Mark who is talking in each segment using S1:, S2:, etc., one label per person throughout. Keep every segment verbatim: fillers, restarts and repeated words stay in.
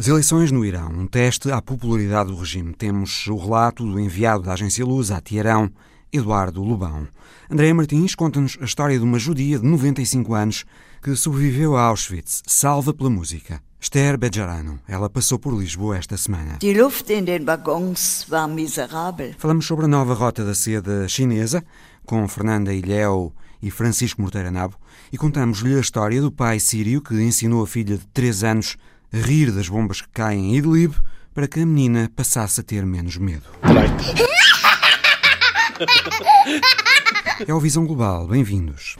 S1: As eleições no Irão, um teste à popularidade do regime. Temos o relato do enviado da agência Lusa a Teherão, Eduardo Lubão. Andréa Martins conta-nos a história de uma judia de noventa e cinco anos que sobreviveu a Auschwitz, salva pela música. Esther Bejarano. Ela passou por Lisboa esta semana.
S2: Die Luft in den Waggons war miserabel.
S1: Falamos sobre a nova rota da seda chinesa, com Fernanda Ilhéu e Francisco Morteira Nabo, e contamos-lhe a história do pai sírio que ensinou a filha de três anos a rir das bombas que caem em Idlib para que a menina passasse a ter menos medo. É o Visão Global. Bem-vindos.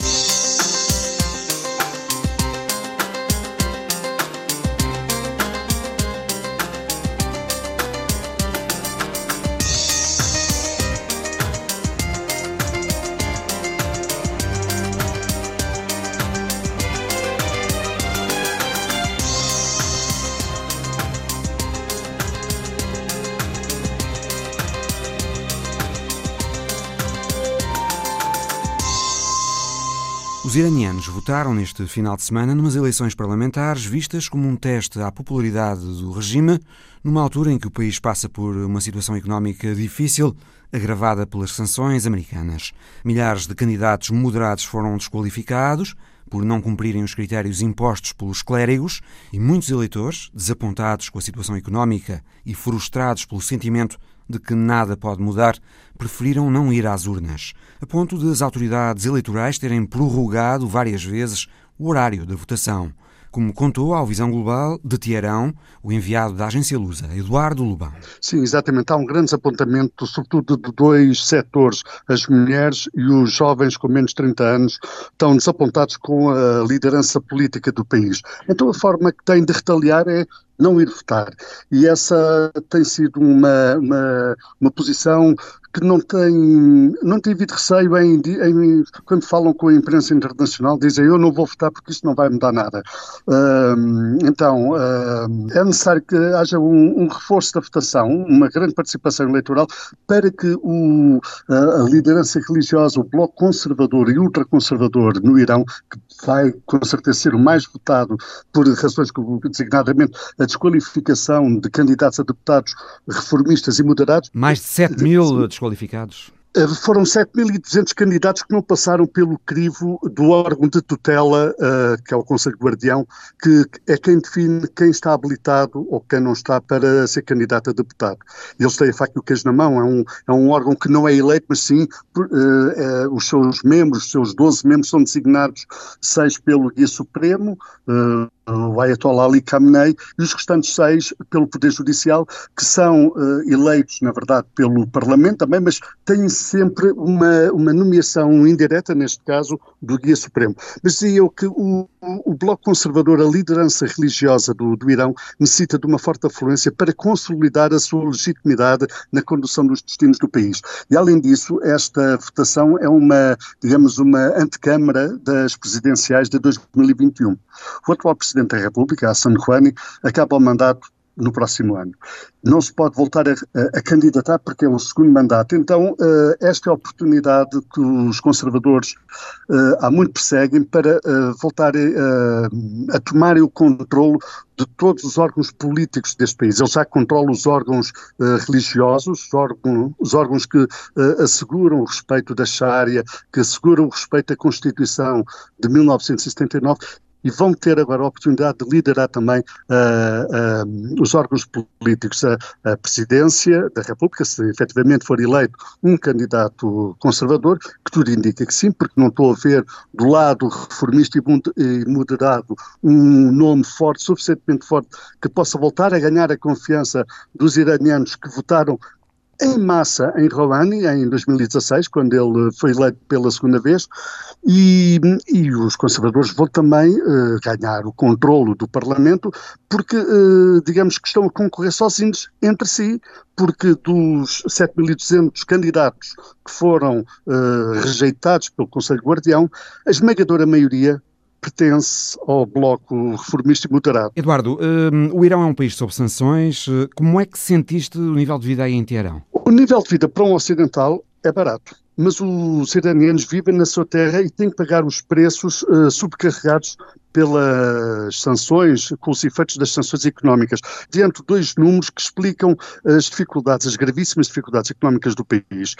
S1: Os iranianos votaram neste final de semana numas eleições parlamentares vistas como um teste à popularidade do regime, numa altura em que o país passa por uma situação económica difícil, agravada pelas sanções americanas. Milhares de candidatos moderados foram desqualificados por não cumprirem os critérios impostos pelos clérigos e muitos eleitores, desapontados com a situação económica e frustrados pelo sentimento de que nada pode mudar, preferiram não ir às urnas, a ponto de as autoridades eleitorais terem prorrogado várias vezes o horário da votação, como contou ao Visão Global de Teherão o enviado da agência Lusa, Eduardo Lubão.
S3: Sim, exatamente. Há um grande desapontamento, sobretudo de dois setores. As mulheres e os jovens com menos de trinta anos estão desapontados com a liderança política do país. Então a forma que têm de retaliar é não ir votar. E essa tem sido uma, uma, uma posição que não tem, não tem havido receio em, em, quando falam com a imprensa internacional, dizem eu não vou votar porque isto não vai mudar nada. Uh, então, uh, é necessário que haja um, um reforço da votação, uma grande participação eleitoral para que o, a, a liderança religiosa, o bloco conservador e ultraconservador no Irão, que vai com certeza ser o mais votado por razões como designadamente a desqualificação de candidatos a deputados reformistas e moderados.
S1: Mais de sete mil desqualificados.
S3: Foram sete mil e duzentos candidatos que não passaram pelo crivo do órgão de tutela, uh, que é o Conselho Guardião, que é quem define quem está habilitado ou quem não está para ser candidato a deputado. Eles têm a faca e o queijo na mão, é um, é um órgão que não é eleito, mas sim uh, uh, os seus membros, os seus doze membros são designados, seis pelo Guia Supremo, uh, o Ayatollah Ali Khamenei, e os restantes seis pelo Poder Judicial, que são uh, eleitos, na verdade, pelo Parlamento também, mas têm sempre uma, uma nomeação indireta, neste caso, do Guia Supremo. Mas dizia eu que o, o Bloco Conservador, a liderança religiosa do, do Irão, necessita de uma forte afluência para consolidar a sua legitimidade na condução dos destinos do país. E, além disso, esta votação é uma, digamos, uma antecâmara das presidenciais de dois mil e vinte e um. O atual Presidente da República, Hassan Rouhani, acaba o mandato no próximo ano. Não se pode voltar a, a, a candidatar porque é o segundo mandato. Então, uh, esta é a oportunidade que os conservadores uh, há muito perseguem para uh, voltarem uh, a tomarem o controle de todos os órgãos políticos deste país. Ele já controla os órgãos uh, religiosos, os órgãos, os órgãos que uh, asseguram o respeito da Sharia, que asseguram o respeito à Constituição de mil novecentos e setenta e nove, e vão ter agora a oportunidade de liderar também uh, uh, os órgãos políticos, a, a presidência da República, se efetivamente for eleito um candidato conservador, que tudo indica que sim, porque não estou a ver do lado reformista e moderado um nome forte, suficientemente forte, que possa voltar a ganhar a confiança dos iranianos que votaram em massa em Rouhani, em dois mil e dezasseis, quando ele foi eleito pela segunda vez, e, e os conservadores vão também uh, ganhar o controlo do Parlamento, porque, uh, digamos que estão a concorrer sozinhos entre si, porque dos sete mil e duzentos candidatos que foram uh, rejeitados pelo Conselho Guardião, a esmagadora maioria pertence ao bloco reformista e moderado.
S1: Eduardo, um, o Irão é um país sob sanções. Como é que sentiste o nível de vida aí em Teherão?
S3: O nível de vida para um ocidental é barato, mas os iranianos vivem na sua terra e têm que pagar os preços uh, subcarregados pelas sanções, com os efeitos das sanções económicas, diante de dois números que explicam as dificuldades, as gravíssimas dificuldades económicas do país.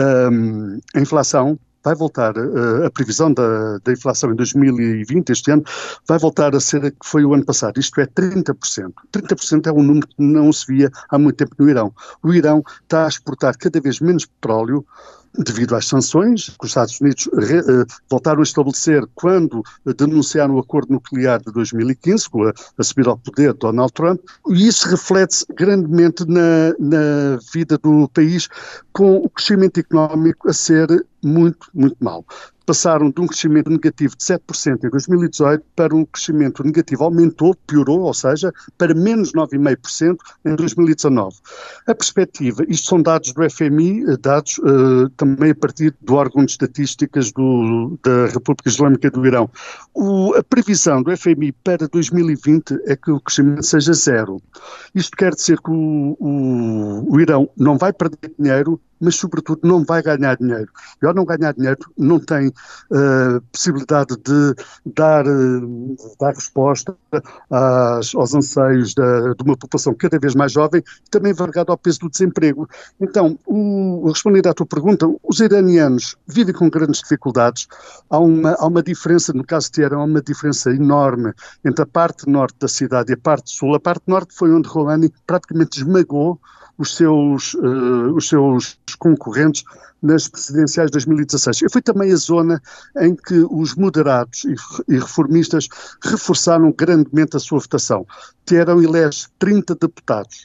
S3: Um, a inflação vai voltar, uh, a previsão da, da inflação em dois mil e vinte, este ano, vai voltar a ser a que foi o ano passado, isto é trinta por cento. trinta por cento é um número que não se via há muito tempo no Irão. O Irão está a exportar cada vez menos petróleo, devido às sanções que os Estados Unidos re, uh, voltaram a estabelecer quando uh, denunciaram o acordo nuclear de dois mil e quinze, com a, a subir ao poder de Donald Trump, e isso reflete-se grandemente na, na vida do país, com o crescimento económico a ser muito, muito mau. Passaram de um crescimento negativo de sete por cento em dois mil e dezoito para um crescimento negativo, aumentou, piorou, ou seja, para menos nove vírgula cinco por cento em dois mil e dezanove. A perspectiva, isto são dados do F M I, dados uh, também a partir do órgão de estatísticas do, da República Islâmica do Irão. O, a previsão do F M I para dois mil e vinte é que o crescimento seja zero. Isto quer dizer que o, o, o Irão não vai perder dinheiro, mas sobretudo não vai ganhar dinheiro. E ao não ganhar dinheiro não tem uh, possibilidade de dar, uh, dar resposta às, aos anseios da, de uma população cada vez mais jovem e também vargada ao peso do desemprego. Então, o, respondendo à tua pergunta, os iranianos vivem com grandes dificuldades. Há uma, há uma diferença, no caso de Teherão, há uma diferença enorme entre a parte norte da cidade e a parte sul. A parte norte foi onde Rouhani praticamente esmagou os seus, uh, os seus concorrentes nas presidenciais de dois mil e dezasseis. E foi também a zona em que os moderados e, e reformistas reforçaram grandemente a sua votação. Teherão elege trinta deputados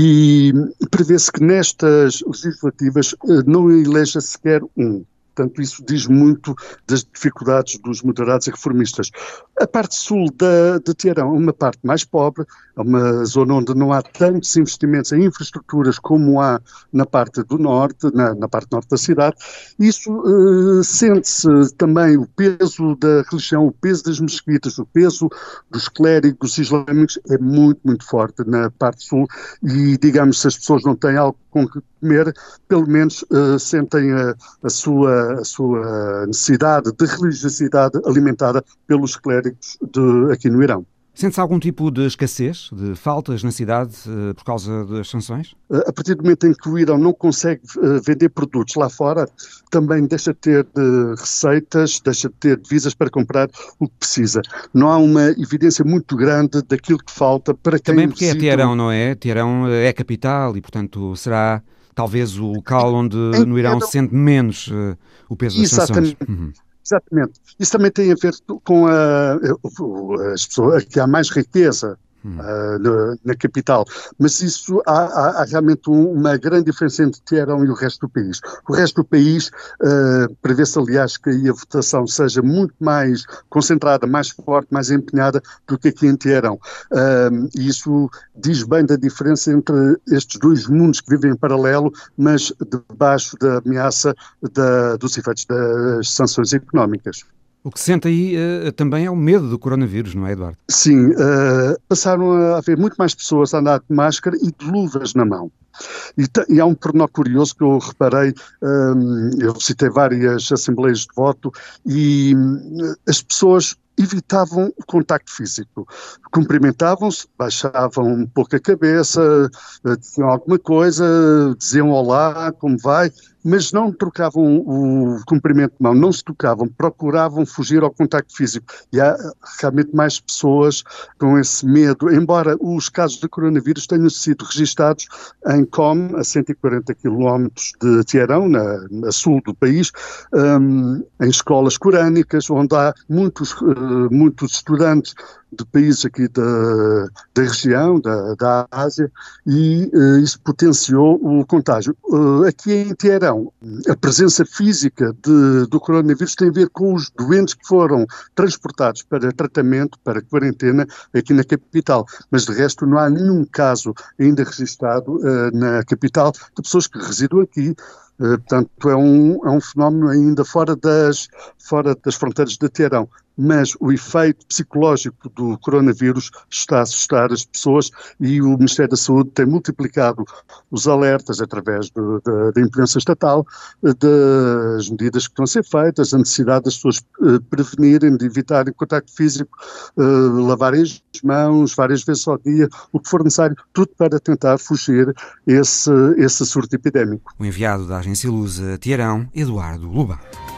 S3: e prevê-se que nestas legislativas uh, não eleja sequer um. Portanto, isso diz muito das dificuldades dos moderados e reformistas. A parte sul da, de Teherão é uma parte mais pobre, é uma zona onde não há tantos investimentos em infraestruturas como há na parte do norte, na, na parte norte da cidade. Isso uh, sente-se também o peso da religião, o peso das mesquitas, o peso dos clérigos islâmicos é muito, muito forte na parte sul e, digamos, se as pessoas não têm algo com que comer, pelo menos uh, sentem a, a, sua, a sua necessidade de religiosidade alimentada pelos clérigos de, aqui no Irão.
S1: Sente-se algum tipo de escassez, de faltas na cidade uh, por causa das sanções?
S3: Uh, a partir do momento em que o Irão não consegue uh, vender produtos lá fora, também deixa de ter uh, receitas, deixa de ter divisas para comprar o que precisa. Não há uma evidência muito grande daquilo que falta para quem...
S1: Também porque
S3: visita...
S1: é Teherão, não é? Teherão é a capital e, portanto, será talvez o local onde em no Irão Teherão... se sente menos uh, o peso das
S3: Exatamente.
S1: sanções. Uhum.
S3: Exatamente. Isso também tem a ver com a, as pessoas, que há mais riqueza hum. uh, na, na capital, mas isso há, há, há realmente um, uma grande diferença entre Teherão e o resto do país. O resto do país uh, prevê-se, aliás, que aí a votação seja muito mais concentrada, mais forte, mais empenhada do que aqui em Teherão. Uh, e isso diz bem da diferença entre estes dois mundos que vivem em paralelo, mas debaixo da ameaça da, dos efeitos das sanções económicas.
S1: O que se sente aí uh, também é o medo do coronavírus, não é, Eduardo?
S3: Sim, uh, passaram a haver muito mais pessoas a andar de máscara e de luvas na mão. E, e há um pormenor curioso que eu reparei, um, eu visitei várias assembleias de voto e um, as pessoas evitavam o contacto físico. Cumprimentavam-se, baixavam um pouco a cabeça, diziam alguma coisa, diziam olá, como vai, mas não trocavam o cumprimento de mão, não se tocavam, procuravam fugir ao contacto físico. E há realmente mais pessoas com esse medo, embora os casos de coronavírus tenham sido registados em Qom, a cento e quarenta quilómetros de Teherão, na, na sul do país, um, em escolas corânicas, onde há muitos, uh, muitos estudantes de países aqui da, da região, da, da Ásia, e uh, isso potenciou o contágio. Uh, aqui em Teherão, a presença física de, do coronavírus tem a ver com os doentes que foram transportados para tratamento, para quarentena, aqui na capital, mas de resto não há nenhum caso ainda registado uh, na capital de pessoas que residam aqui. Uh, portanto, é um, é um fenómeno ainda fora das, fora das fronteiras de Teherão. mas o efeito psicológico do coronavírus está a assustar as pessoas e o Ministério da Saúde tem multiplicado os alertas através de, de, da imprensa estatal, das medidas que estão a ser feitas, a necessidade das pessoas prevenirem, de evitarem contacto físico, lavarem as mãos várias vezes ao dia, o que for necessário, tudo para tentar fugir esse, esse surto epidémico.
S1: O enviado da Agência Lusa a Teherão, Eduardo Luba.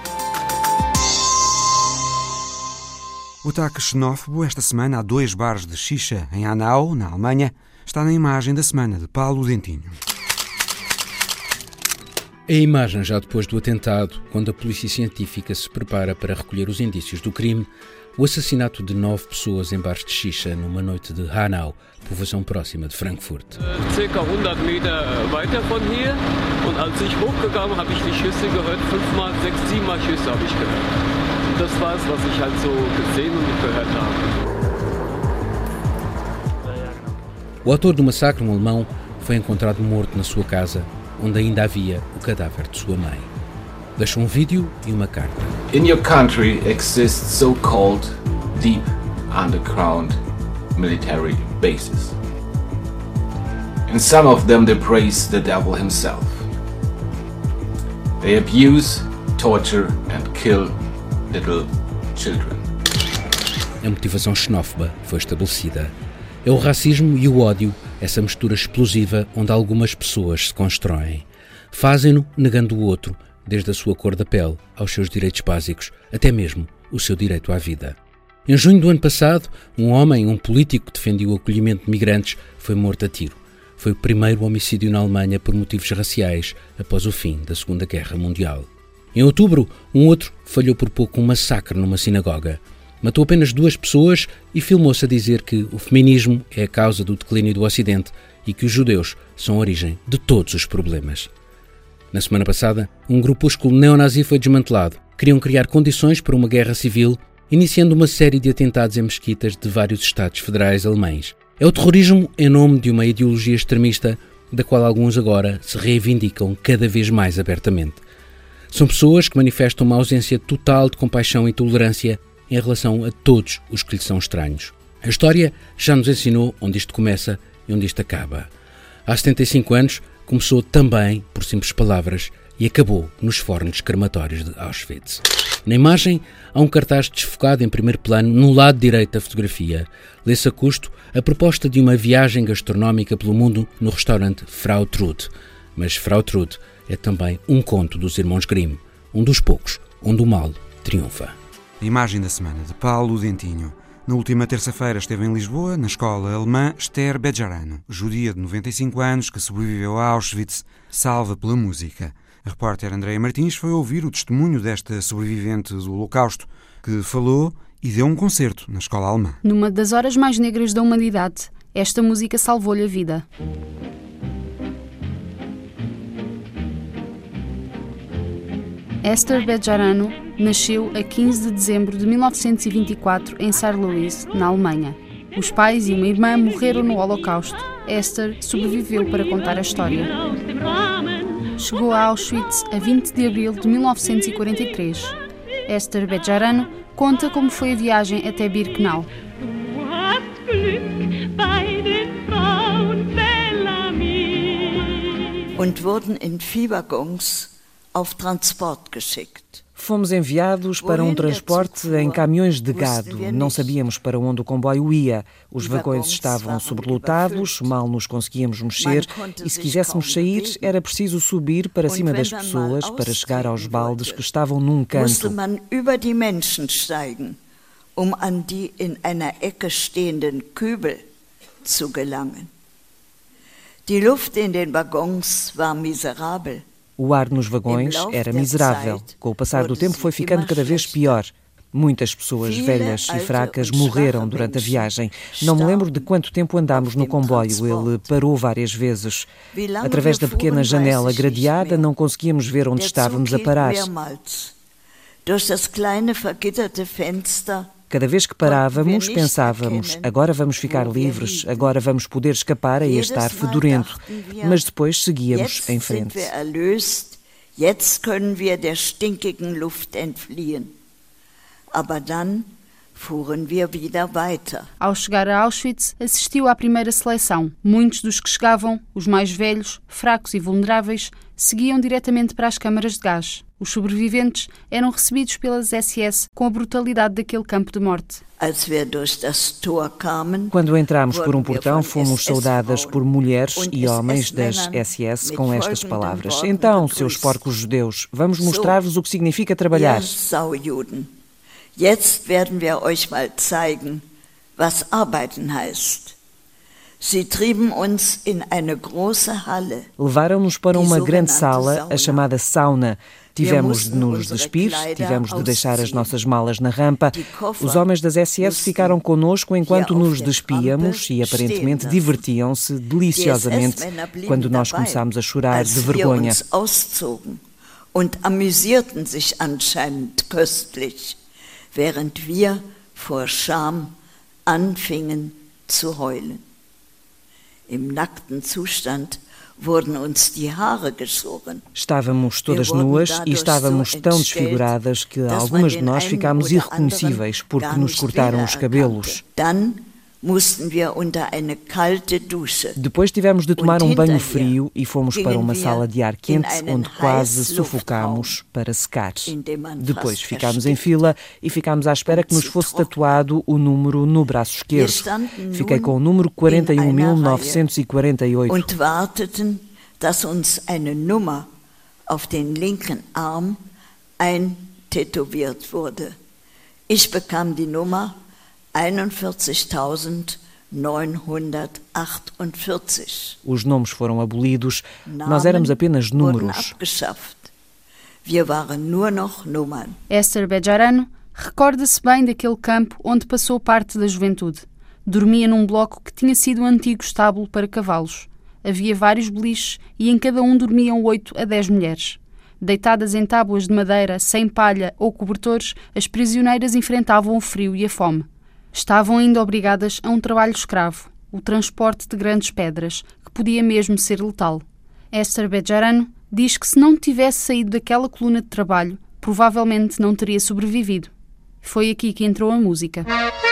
S1: O ataque xenófobo esta semana a dois bares de xixa em Hanau, na Alemanha, está na imagem da semana de Paulo Dentinho.
S4: É a imagem já depois do atentado, quando a polícia científica se prepara para recolher os indícios do crime, o assassinato de nove pessoas em bares de xixa numa noite de Hanau, povoação próxima de Frankfurt.
S5: Circa hundert Meter weiter von hier und als ich hochgegangen habe ich die Schüsse gehört, fünfmal, sechs, siebenmal Schüsse habe ich gehört. Das war es, was ich halt so gesehen und gehört habe.
S4: O autor do massacre, um alemão, foi encontrado morto na sua casa, onde ainda havia o cadáver de sua mãe. Deixou um vídeo e uma carta.
S6: In your country exist so-called deep underground military bases. In some of them they praise the devil himself. They abuse, torture and kill little children.
S4: A motivação xenófoba foi estabelecida. É o racismo e o ódio, essa mistura explosiva onde algumas pessoas se constroem. Fazem-no negando o outro, desde a sua cor da pele aos seus direitos básicos, até mesmo o seu direito à vida. Em junho do ano passado, um homem, um político que defendia o acolhimento de migrantes, foi morto a tiro. Foi o primeiro homicídio na Alemanha por motivos raciais após o fim da Segunda Guerra Mundial. Em outubro, um outro falhou por pouco um massacre numa sinagoga. Matou apenas duas pessoas e filmou-se a dizer que o feminismo é a causa do declínio do Ocidente e que os judeus são a origem de todos os problemas. Na semana passada, um grupúsculo neonazi foi desmantelado. Queriam criar condições para uma guerra civil, iniciando uma série de atentados em mesquitas de vários estados federais alemães. É o terrorismo em nome de uma ideologia extremista, da qual alguns agora se reivindicam cada vez mais abertamente. São pessoas que manifestam uma ausência total de compaixão e tolerância em relação a todos os que lhe são estranhos. A história já nos ensinou onde isto começa e onde isto acaba. Há setenta e cinco anos, começou também por simples palavras e acabou nos fornos crematórios de Auschwitz. Na imagem, há um cartaz desfocado em primeiro plano no lado direito da fotografia. Lê-se a custo a proposta de uma viagem gastronómica pelo mundo no restaurante Frau Trude. Mas Frau Trude é também um conto dos irmãos Grimm, um dos poucos onde o mal triunfa.
S1: A imagem da semana de Paulo Dentinho. Na última terça-feira esteve em Lisboa, na escola alemã Esther Bejarano, judia de noventa e cinco anos que sobreviveu a Auschwitz, salva pela música. A repórter Andreia Martins foi ouvir o testemunho desta sobrevivente do Holocausto, que falou e deu um concerto na escola alemã.
S7: Numa das horas mais negras da humanidade, esta música salvou-lhe a vida. Esther Bejarano nasceu a quinze de dezembro de mil novecentos e vinte e quatro em Saarlouis, na Alemanha. Os pais e uma irmã morreram no Holocausto. Esther sobreviveu para contar a história. Chegou a Auschwitz a vinte de abril de mil novecentos e quarenta e três. Esther Bejarano conta como foi a viagem até Birkenau.
S2: Und wurden in Viehwaggons auf Transport geschickt.
S8: Fomos enviados para um transporte em caminhões de gado. Não sabíamos para onde o comboio ia. Os vagões estavam sobrelotados, mal nos conseguíamos mexer e se quiséssemos sair era preciso subir para cima das pessoas para chegar aos baldes que estavam num canto.
S2: Musste man über die Menschen steigen, um an die in einer Ecke stehenden Kübel zu gelangen. Die Luft in den Waggons war miserabel.
S8: O ar nos vagões era miserável. Com o passar do tempo foi ficando cada vez pior. Muitas pessoas velhas e fracas morreram durante a viagem. Não me lembro de quanto tempo andámos no comboio. Ele parou várias vezes. Através da pequena janela gradeada não conseguíamos ver onde estávamos a parar. Cada vez que parávamos, pensávamos, agora vamos ficar livres, agora vamos poder escapar a este ar fedorento. Mas depois seguíamos em frente.
S2: Jetzt können wir der stinkigen Luft entfliehen. Aber dann fuhren wir wieder weiter.
S7: Ao chegar a Auschwitz, assistiu à primeira seleção. Muitos dos que chegavam, os mais velhos, fracos e vulneráveis, seguiam diretamente para as câmaras de gás. Os sobreviventes eram recebidos pelas S S com a brutalidade daquele campo de morte.
S8: Quando entramos por um portão, fomos saudadas por mulheres e homens das S S com estas palavras: então, seus porcos judeus, vamos mostrar-vos o que significa trabalhar.
S2: Jetzt werden wir euch mal zeigen, was arbeiten heißt. Sie trieben uns in eine große Halle.
S8: Levaram-nos para uma grande sala, a chamada sauna. Tivemos de nos despir, tivemos de deixar as nossas malas na rampa. Os homens das S S ficaram connosco enquanto nos despíamos e aparentemente divertiam-se deliciosamente quando nós começámos a chorar de vergonha.
S2: Und amüsierten sich anscheinend köstlich, während wir vor Scham anfingen zu heulen. Im nackten Zustand wurden uns die Haare geschoren.
S8: Estávamos todas nuas e estávamos tão desfiguradas que algumas de nós ficámos irreconhecíveis porque nos cortaram os cabelos. Depois tivemos de tomar um banho frio e fomos para uma sala de ar quente onde quase sufocámos para secar. Depois ficámos em fila e ficámos à espera que nos fosse tatuado o número no braço esquerdo. Fiquei com o número quarenta e um mil novecentos e quarenta e oito.
S2: Und warteten, dass uns eine Nummer auf den linken Arm eintätowiert wurde. Ich bekam die Nummer einundvierzigtausendneunhundertachtundvierzig.
S8: Os nomes foram abolidos, nós éramos apenas números.
S2: Wir waren nur noch Nummern.
S7: Esther Bejarano recorda-se bem daquele campo onde passou parte da juventude. Dormia num bloco que tinha sido um antigo estábulo para cavalos. Havia vários beliches e em cada um dormiam oito a dez mulheres. Deitadas em tábuas de madeira, sem palha ou cobertores, as prisioneiras enfrentavam o frio e a fome. Estavam ainda obrigadas a um trabalho escravo, o transporte de grandes pedras, que podia mesmo ser letal. Esther Bejarano diz que se não tivesse saído daquela coluna de trabalho, provavelmente não teria sobrevivido. Foi aqui que entrou a música.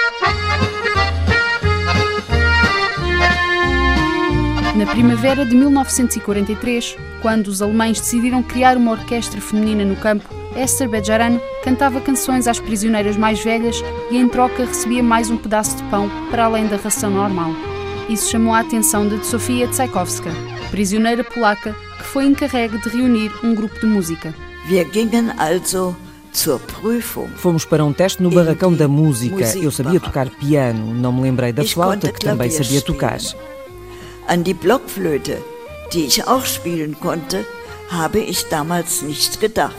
S7: Na primavera de mil novecentos e quarenta e três, quando os alemães decidiram criar uma orquestra feminina no campo, Esther Bejarano cantava canções às prisioneiras mais velhas e em troca recebia mais um pedaço de pão para além da ração normal. Isso chamou a atenção de Zofia Tchaikovska, prisioneira polaca que foi encarregue de reunir um grupo de música.
S2: Wir gingen also zur Prüfung.
S8: Fomos para um teste no barracão da música. Eu sabia tocar piano, não me lembrei da flauta, que também sabia tocar.
S2: An die Blockflöte, die ich auch spielen konnte, habe ich damals nicht gedacht.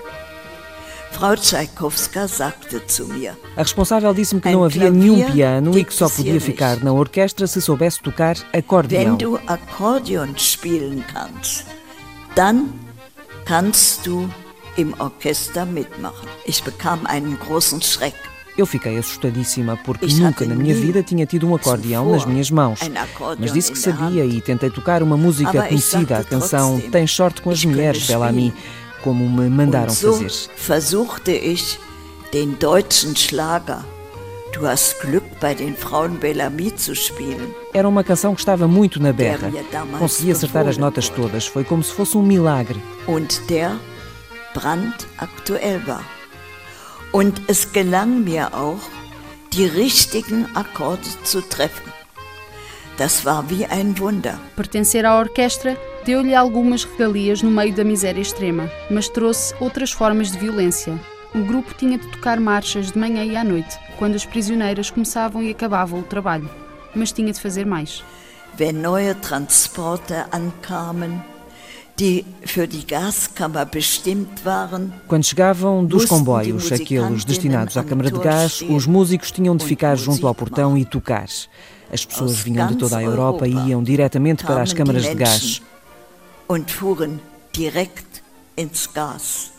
S2: Frau Tchaikovska sagte zu mir.
S8: A responsável disse-me que não havia nenhum piano e que só podia ficar na orquestra se soubesse tocar acordeão.
S2: Wenn du Akkordeon spielen kannst, dann kannst du im Orchester mitmachen. Ich bekam einen großen Schreck.
S8: Eu fiquei assustadíssima porque nunca na minha vida tinha tido um acordeão nas minhas mãos. Mas disse que sabia e tentei tocar uma música conhecida, a canção Tens Sorte com as Mulheres, Bellamy, como me mandaram fazer.
S2: Versuchte ich den deutschen Schlager Du hast Glück bei den Frauen Bellamy zu spielen.
S8: Era uma canção que estava muito na berra. Consegui acertar as notas todas, foi como se fosse um milagre.
S2: Und der brandaktuell war. Und es gelang mir auch, die richtigen Akkorde zu treffen. Das war wie ein Wunder.
S7: Pertencer à orquestra deu-lhe algumas regalias no meio da miséria extrema, mas trouxe outras formas de violência. O grupo tinha de tocar marchas de manhã e à noite, quando as prisioneiras começavam e acabavam o trabalho. Mas tinha de fazer mais.
S2: Wenn neue Transporte ankamen, die für die Gaskammer bestimmt waren.
S8: Quando chegavam dos comboios, aqueles destinados à câmara de gás, os músicos tinham de ficar junto ao portão e tocar. As pessoas vinham de toda a Europa e iam diretamente para as câmaras de gás.
S2: Und fuhren direkt ins Gas.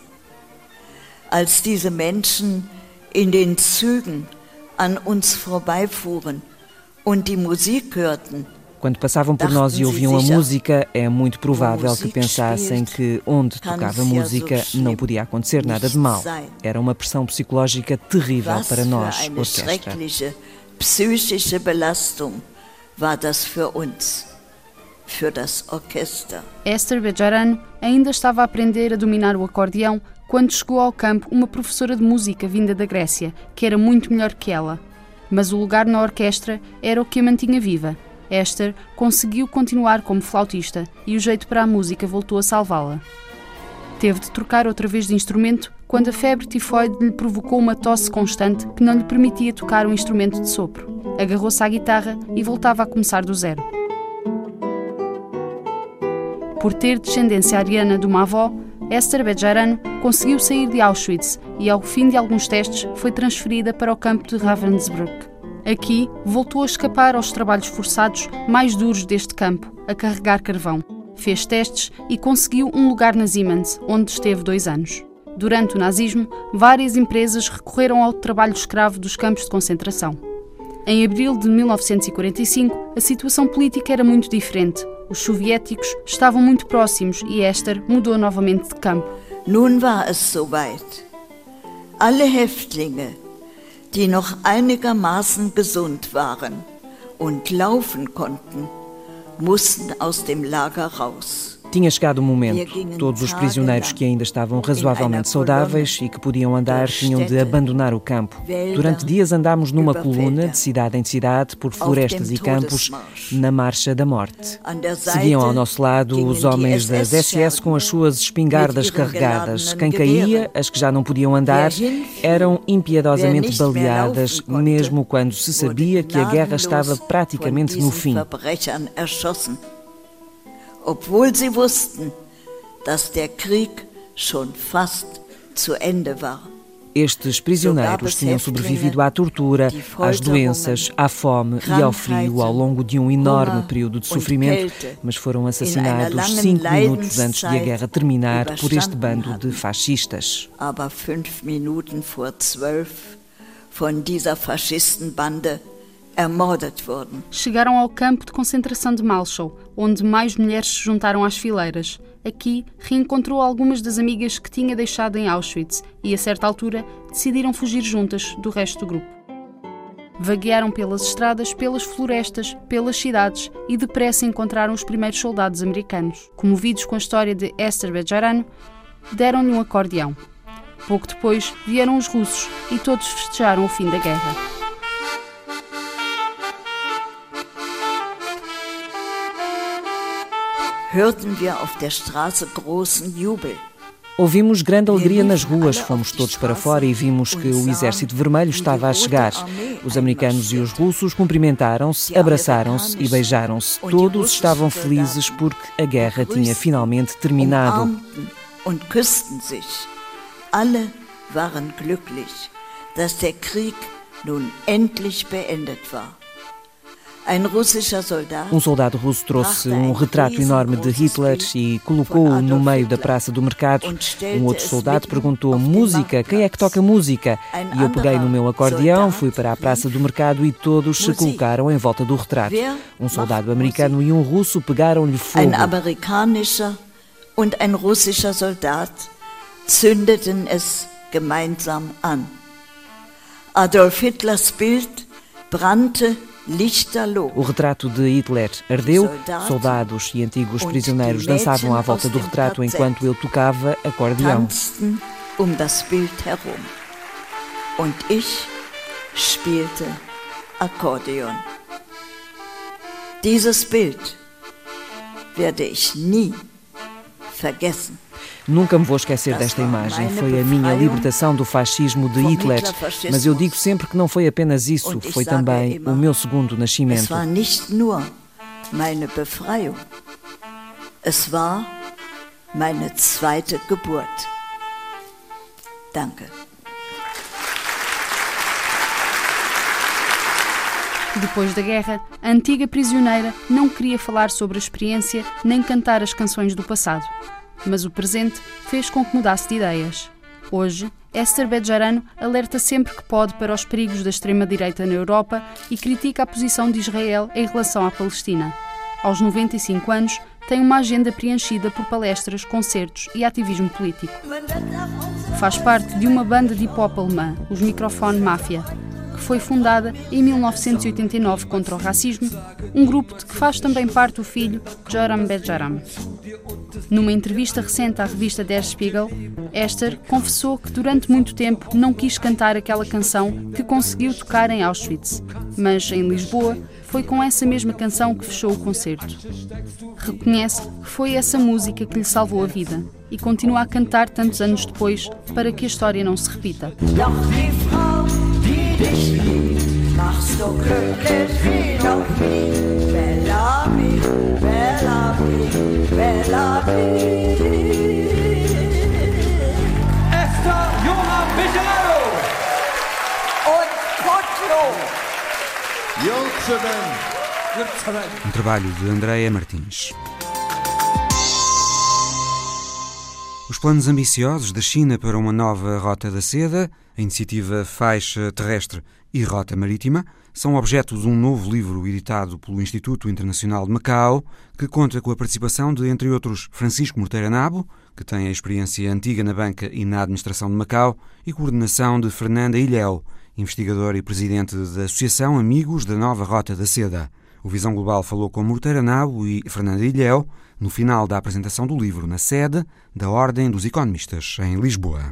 S2: Als diese Menschen in den Zügen an uns vorbeifuhren und die Musik hörten,
S8: Quando passavam por nós e ouviam a música, é muito provável que pensassem que onde tocava música não podia acontecer nada de mal. Era uma pressão psicológica terrível para nós, orquestra.
S2: Psychische Belastung war das für uns, für das Orchester.
S7: Esther Bejarano ainda estava a aprender a dominar o acordeão quando chegou ao campo uma professora de música vinda da Grécia, que era muito melhor que ela. Mas o lugar na orquestra era o que a mantinha viva. Esther conseguiu continuar como flautista e o jeito para a música voltou a salvá-la. Teve de trocar outra vez de instrumento quando a febre tifoide lhe provocou uma tosse constante que não lhe permitia tocar um instrumento de sopro. Agarrou-se à guitarra e voltava a começar do zero. Por ter descendência ariana de uma avó, Esther Bejarano conseguiu sair de Auschwitz e, ao fim de alguns testes, foi transferida para o campo de Ravensbrück. Aqui, voltou a escapar aos trabalhos forçados mais duros deste campo, a carregar carvão. Fez testes e conseguiu um lugar na Siemens, onde esteve dois anos. Durante o nazismo, várias empresas recorreram ao trabalho escravo dos campos de concentração. Em abril de mil novecentos e quarenta e cinco, a situação política era muito diferente. Os soviéticos estavam muito próximos e Esther mudou novamente de campo.
S2: Nun war es soweit. Alle Häftlinge, die noch einigermaßen gesund waren und laufen konnten, mussten aus dem Lager raus.
S8: Tinha chegado o momento. Todos os prisioneiros que ainda estavam razoavelmente saudáveis e que podiam andar tinham de abandonar o campo. Durante dias andámos numa coluna, de cidade em cidade, por florestas e campos, na Marcha da Morte. Seguiam ao nosso lado os homens das S S com as suas espingardas carregadas. Quem caía, as que já não podiam andar, eram impiedosamente baleadas, mesmo quando se sabia que a guerra estava praticamente no fim.
S2: Obwohl sie wussten, dass der Krieg schon fast zu Ende war.
S8: Estes prisioneiros tinham sobrevivido à tortura, às doenças, à fome e ao frio ao longo de um enorme período de sofrimento, mas foram assassinados cinco minutos antes de a guerra terminar por este bando de fascistas.
S2: Aber fünf Minuten vor zwölf von dieser Faschistenbande ermordet wurden.
S7: Chegaram ao campo de concentração de Malchow, onde mais mulheres se juntaram às fileiras. Aqui, reencontrou algumas das amigas que tinha deixado em Auschwitz e, a certa altura, decidiram fugir juntas do resto do grupo. Vaguearam pelas estradas, pelas florestas, pelas cidades e depressa encontraram os primeiros soldados americanos. Comovidos com a história de Esther Bejarano, deram-lhe um acordeão. Pouco depois, vieram os russos e todos festejaram o fim da guerra.
S2: Hörten wir auf der Straße großen Jubel.
S8: Ouvimos grande alegria nas ruas, fomos todos para fora e vimos que o Exército Vermelho estava a chegar. Os americanos e os russos cumprimentaram-se, abraçaram-se e beijaram-se. Todos estavam felizes porque a guerra tinha finalmente terminado.
S2: Und küssten sich. Alle waren glücklich, dass der Krieg nun endlich beendet war.
S8: Um soldado russo trouxe um retrato enorme de Hitler e colocou-o no meio da praça do mercado. Um outro soldado perguntou: música? Quem é que toca música? E eu peguei no meu acordeão, fui para a praça do mercado e todos se colocaram em volta do retrato. Um soldado americano e um russo pegaram-lhe fogo.
S2: Um amerikanischer und ein russischer Soldat zündeten es gemeinsam an. Adolf Hitlers Bild brannte.
S8: O retrato de Hitler ardeu, soldados e antigos prisioneiros dançavam à volta do retrato enquanto ele tocava acordeão.
S2: Um das Bild herum. Und ich spielte Akkordeon. Dieses Bild werde ich nie vergessen.
S8: Nunca me vou esquecer desta imagem. Foi a minha libertação do fascismo de Hitler. Mas eu digo sempre que não foi apenas isso, foi também o meu segundo nascimento.
S2: Es war nicht nur meine Befreiung. Es war meine zweite Geburt. Danke.
S7: Depois da guerra, a antiga prisioneira não queria falar sobre a experiência nem cantar as canções do passado. Mas o presente fez com que mudasse de ideias. Hoje, Esther Bejarano alerta sempre que pode para os perigos da extrema-direita na Europa e critica a posição de Israel em relação à Palestina. Aos noventa e cinco anos, tem uma agenda preenchida por palestras, concertos e ativismo político. Faz parte de uma banda de hip-hop alemã, os Microphone Mafia, que foi fundada em mil novecentos e oitenta e nove contra o racismo, um grupo de que faz também parte o filho Joram Bejaram. Numa entrevista recente à revista Der Spiegel, Esther confessou que durante muito tempo não quis cantar aquela canção que conseguiu tocar em Auschwitz, mas em Lisboa foi com essa mesma canção que fechou o concerto. Reconhece que foi essa música que lhe salvou a vida e continua a cantar tantos anos depois para que a história não se repita.
S1: Um trabalho de Andréa Martins. Os planos ambiciosos da China para uma nova Rota da Seda, a iniciativa Faixa Terrestre e Rota Marítima, são objeto de um novo livro editado pelo Instituto Internacional de Macau, que conta com a participação de, entre outros, Francisco Morteira Nabo, que tem a experiência antiga na banca e na administração de Macau, e coordenação de Fernanda Ilhéu, investigadora e presidente da Associação Amigos da Nova Rota da Seda. O Visão Global falou com Morteira Nabo e Fernanda Ilhéu no final da apresentação do livro na sede da Ordem dos Economistas, em Lisboa.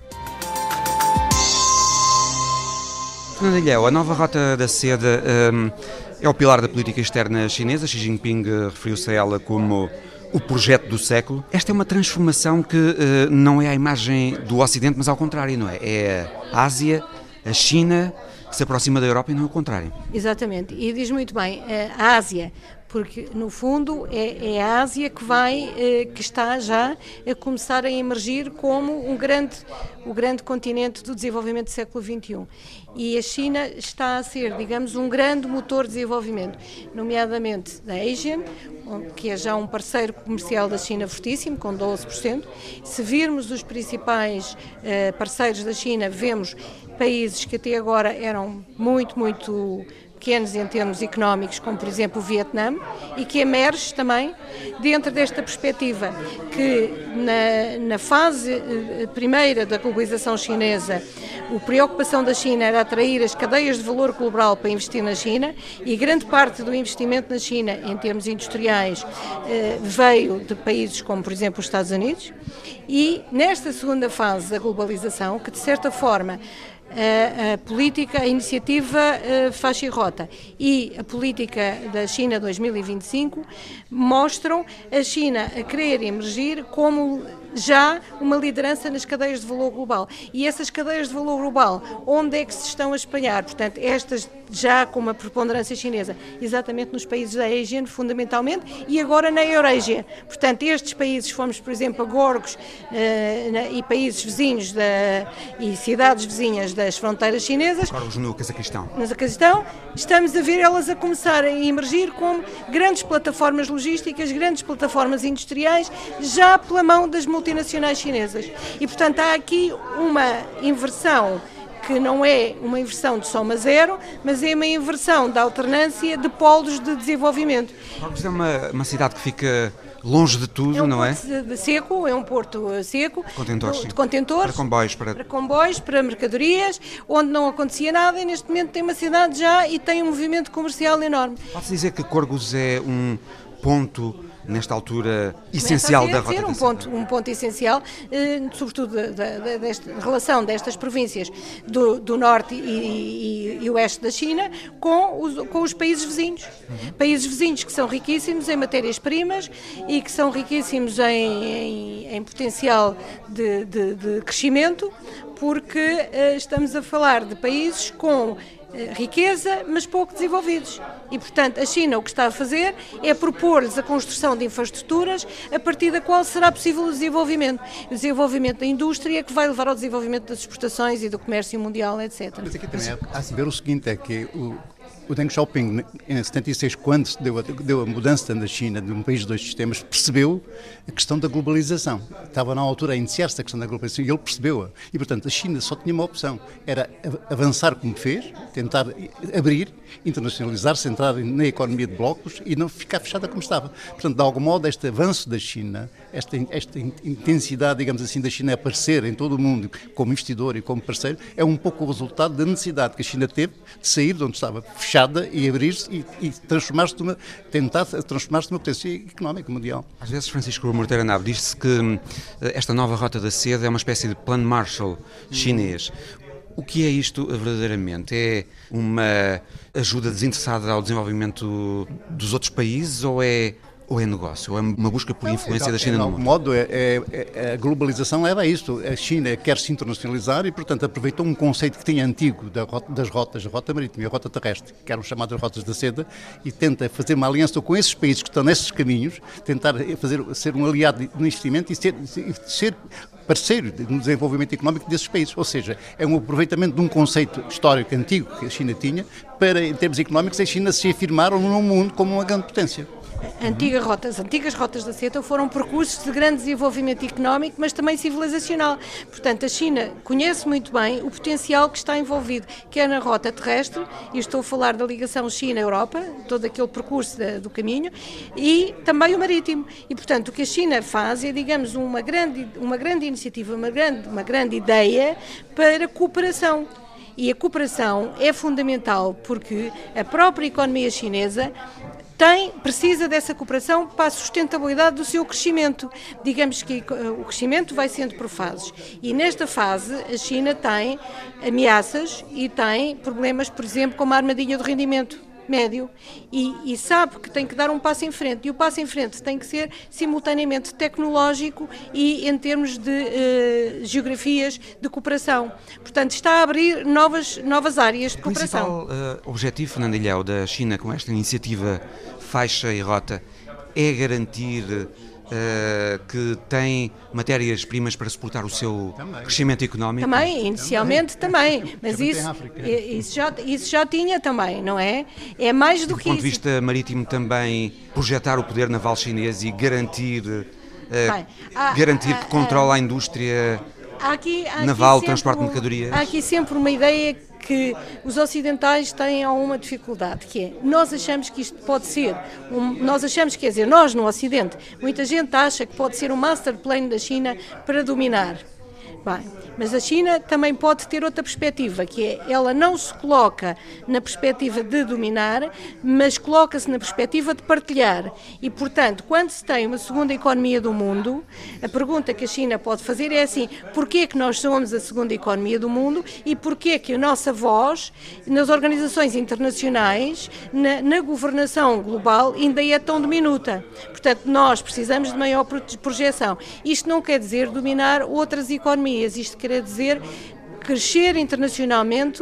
S1: Fernanda Ilhéu, a Nova Rota da Seda um, é o pilar da política externa chinesa. Xi Jinping uh, referiu-se a ela como o projeto do século. Esta é uma transformação que uh, não é a imagem do Ocidente, mas ao contrário, não é? É a Ásia, a China, que se aproxima da Europa e não o contrário.
S9: Exatamente, e diz muito bem, a Ásia, porque no fundo é, é a Ásia que vai, que está já a começar a emergir como um grande, o grande continente do desenvolvimento do século vinte e um. E a China está a ser, digamos, um grande motor de desenvolvimento, nomeadamente da Asian, que é já um parceiro comercial da China fortíssimo, com doze por cento. Se virmos os principais uh, parceiros da China, vemos países que até agora eram muito, muito pequenos em termos económicos, como por exemplo o Vietnã, e que emerge também dentro desta perspectiva que na, na fase uh, primeira da globalização chinesa, a preocupação da China era atrair as cadeias de valor global para investir na China, e grande parte do investimento na China, em termos industriais, uh, veio de países como por exemplo os Estados Unidos, e nesta segunda fase da globalização, que de certa forma A, a política, a iniciativa uh, Faixa e Rota e a política da China dois mil e vinte e cinco mostram a China a querer emergir como já uma liderança nas cadeias de valor global. E essas cadeias de valor global, onde é que se estão a espalhar? Portanto, estas já com uma preponderância chinesa, exatamente nos países da Ásia, fundamentalmente, e agora na Eurásia. Portanto, estes países, fomos, por exemplo, a Gorgos uh, na, e países vizinhos da, e cidades vizinhas das fronteiras chinesas.
S1: Gorgos no Cazaquistão.
S9: No Cazaquistão, estamos a ver elas a começar a emergir como grandes plataformas logísticas, grandes plataformas industriais, já pela mão das multinacionais chinesas. E, portanto, há aqui uma inversão que não é uma inversão de soma zero, mas é uma inversão da alternância de polos de desenvolvimento.
S1: Gorgos é uma, uma cidade que fica longe de tudo,
S9: é um
S1: não é?
S9: porto de seco, é um porto seco,
S1: contentores,
S9: de contentores,
S1: para comboios, para...
S9: para comboios, para mercadorias, onde não acontecia nada, e neste momento tem uma cidade já e tem um movimento comercial enorme.
S1: Pode-se dizer que Gorgos é um ponto, nesta altura, essencial
S9: ser,
S1: da Rota
S9: ser
S1: da
S9: um
S1: Seda.
S9: ponto, um ponto essencial, eh, sobretudo da, da, desta relação destas províncias do, do norte e, e, e oeste da China com os, com os países vizinhos. Uhum. Países vizinhos que são riquíssimos em matérias-primas e que são riquíssimos em, em, em potencial de, de, de crescimento, porque eh, estamos a falar de países com riqueza, mas pouco desenvolvidos. E, portanto, a China o que está a fazer é propor-lhes a construção de infraestruturas a partir da qual será possível o desenvolvimento. O desenvolvimento da indústria que vai levar ao desenvolvimento das exportações e do comércio mundial, etcétera.
S10: Mas aqui também há a se ver o seguinte, é que o, O Deng Xiaoping, em setenta e seis, quando se deu a, deu a mudança da China de um país de dois sistemas, percebeu a questão da globalização. Estava na altura a iniciar-se a questão da globalização e ele percebeu-a. E, portanto, a China só tinha uma opção, era avançar como fez, tentar abrir, internacionalizar-se, entrar na economia de blocos e não ficar fechada como estava. Portanto, de algum modo, este avanço da China, esta, esta intensidade, digamos assim, da China a aparecer em todo o mundo como investidor e como parceiro, é um pouco o resultado da necessidade que a China teve de sair de onde estava fechada e abrir-se e, e transformar-se numa, tentar transformar-se numa potência económica mundial.
S1: Às vezes, Francisco Morteira Nave diz-se que esta nova Rota da Seda é uma espécie de plano Marshall chinês. O que é isto verdadeiramente? É uma ajuda desinteressada ao desenvolvimento dos outros países ou é... ou é negócio, ou é uma busca por influência da China no mundo?
S10: De algum modo, é, é, a globalização leva a isto. A China quer se internacionalizar e, portanto, aproveitou um conceito que tinha antigo das rotas, a rota marítima e a rota terrestre, que eram chamadas rotas da seda, e tenta fazer uma aliança com esses países que estão nesses caminhos, tentar fazer, ser um aliado no investimento e ser, ser parceiro no desenvolvimento económico desses países. Ou seja, é um aproveitamento de um conceito histórico antigo que a China tinha para, em termos económicos, a China se afirmar no mundo como uma grande potência.
S9: Antiga rota, as antigas rotas da seda foram percursos de grande desenvolvimento económico, mas também civilizacional. Portanto, a China conhece muito bem o potencial que está envolvido, quer na rota terrestre, e estou a falar da ligação China-Europa, todo aquele percurso da, do caminho, e também o marítimo. E, portanto, o que a China faz é, digamos, uma grande, uma grande iniciativa, uma grande, uma grande ideia para cooperação. E a cooperação é fundamental porque a própria economia chinesa tem, precisa dessa cooperação para a sustentabilidade do seu crescimento. Digamos que o crescimento vai sendo por fases. E nesta fase a China tem ameaças e tem problemas, por exemplo, como a armadilha do rendimento médio e, e sabe que tem que dar um passo em frente. E o passo em frente tem que ser simultaneamente tecnológico e em termos de uh, geografias de cooperação. Portanto, está a abrir novas, novas áreas de cooperação.
S1: O principal uh, objetivo, Fernando Ilhéu, da China com esta iniciativa Faixa e Rota é garantir uh, que tem matérias-primas para suportar o seu também. crescimento económico?
S9: Também, inicialmente também, também. mas isso, isso, já, isso já tinha também, não é? É mais do, do que isso.
S1: Do ponto de vista marítimo também projetar o poder naval chinês e garantir, uh, Bem, há, garantir há, que controla há, a indústria há aqui, há naval, transporte de mercadorias?
S9: Há aqui sempre uma ideia que os ocidentais têm alguma dificuldade, que é, nós achamos que isto pode ser, um, nós achamos, quer dizer, nós no Ocidente, muita gente acha que pode ser um master plan da China para dominar. Bem, mas a China também pode ter outra perspectiva, que é, ela não se coloca na perspectiva de dominar, mas coloca-se na perspectiva de partilhar. E, portanto, quando se tem uma segunda economia do mundo, a pergunta que a China pode fazer é assim, porquê é que nós somos a segunda economia do mundo e porquê é que a nossa voz nas organizações internacionais, na, na governação global, ainda é tão diminuta. Portanto, nós precisamos de maior projeção. Isto não quer dizer dominar outras economias. Isto quer dizer crescer internacionalmente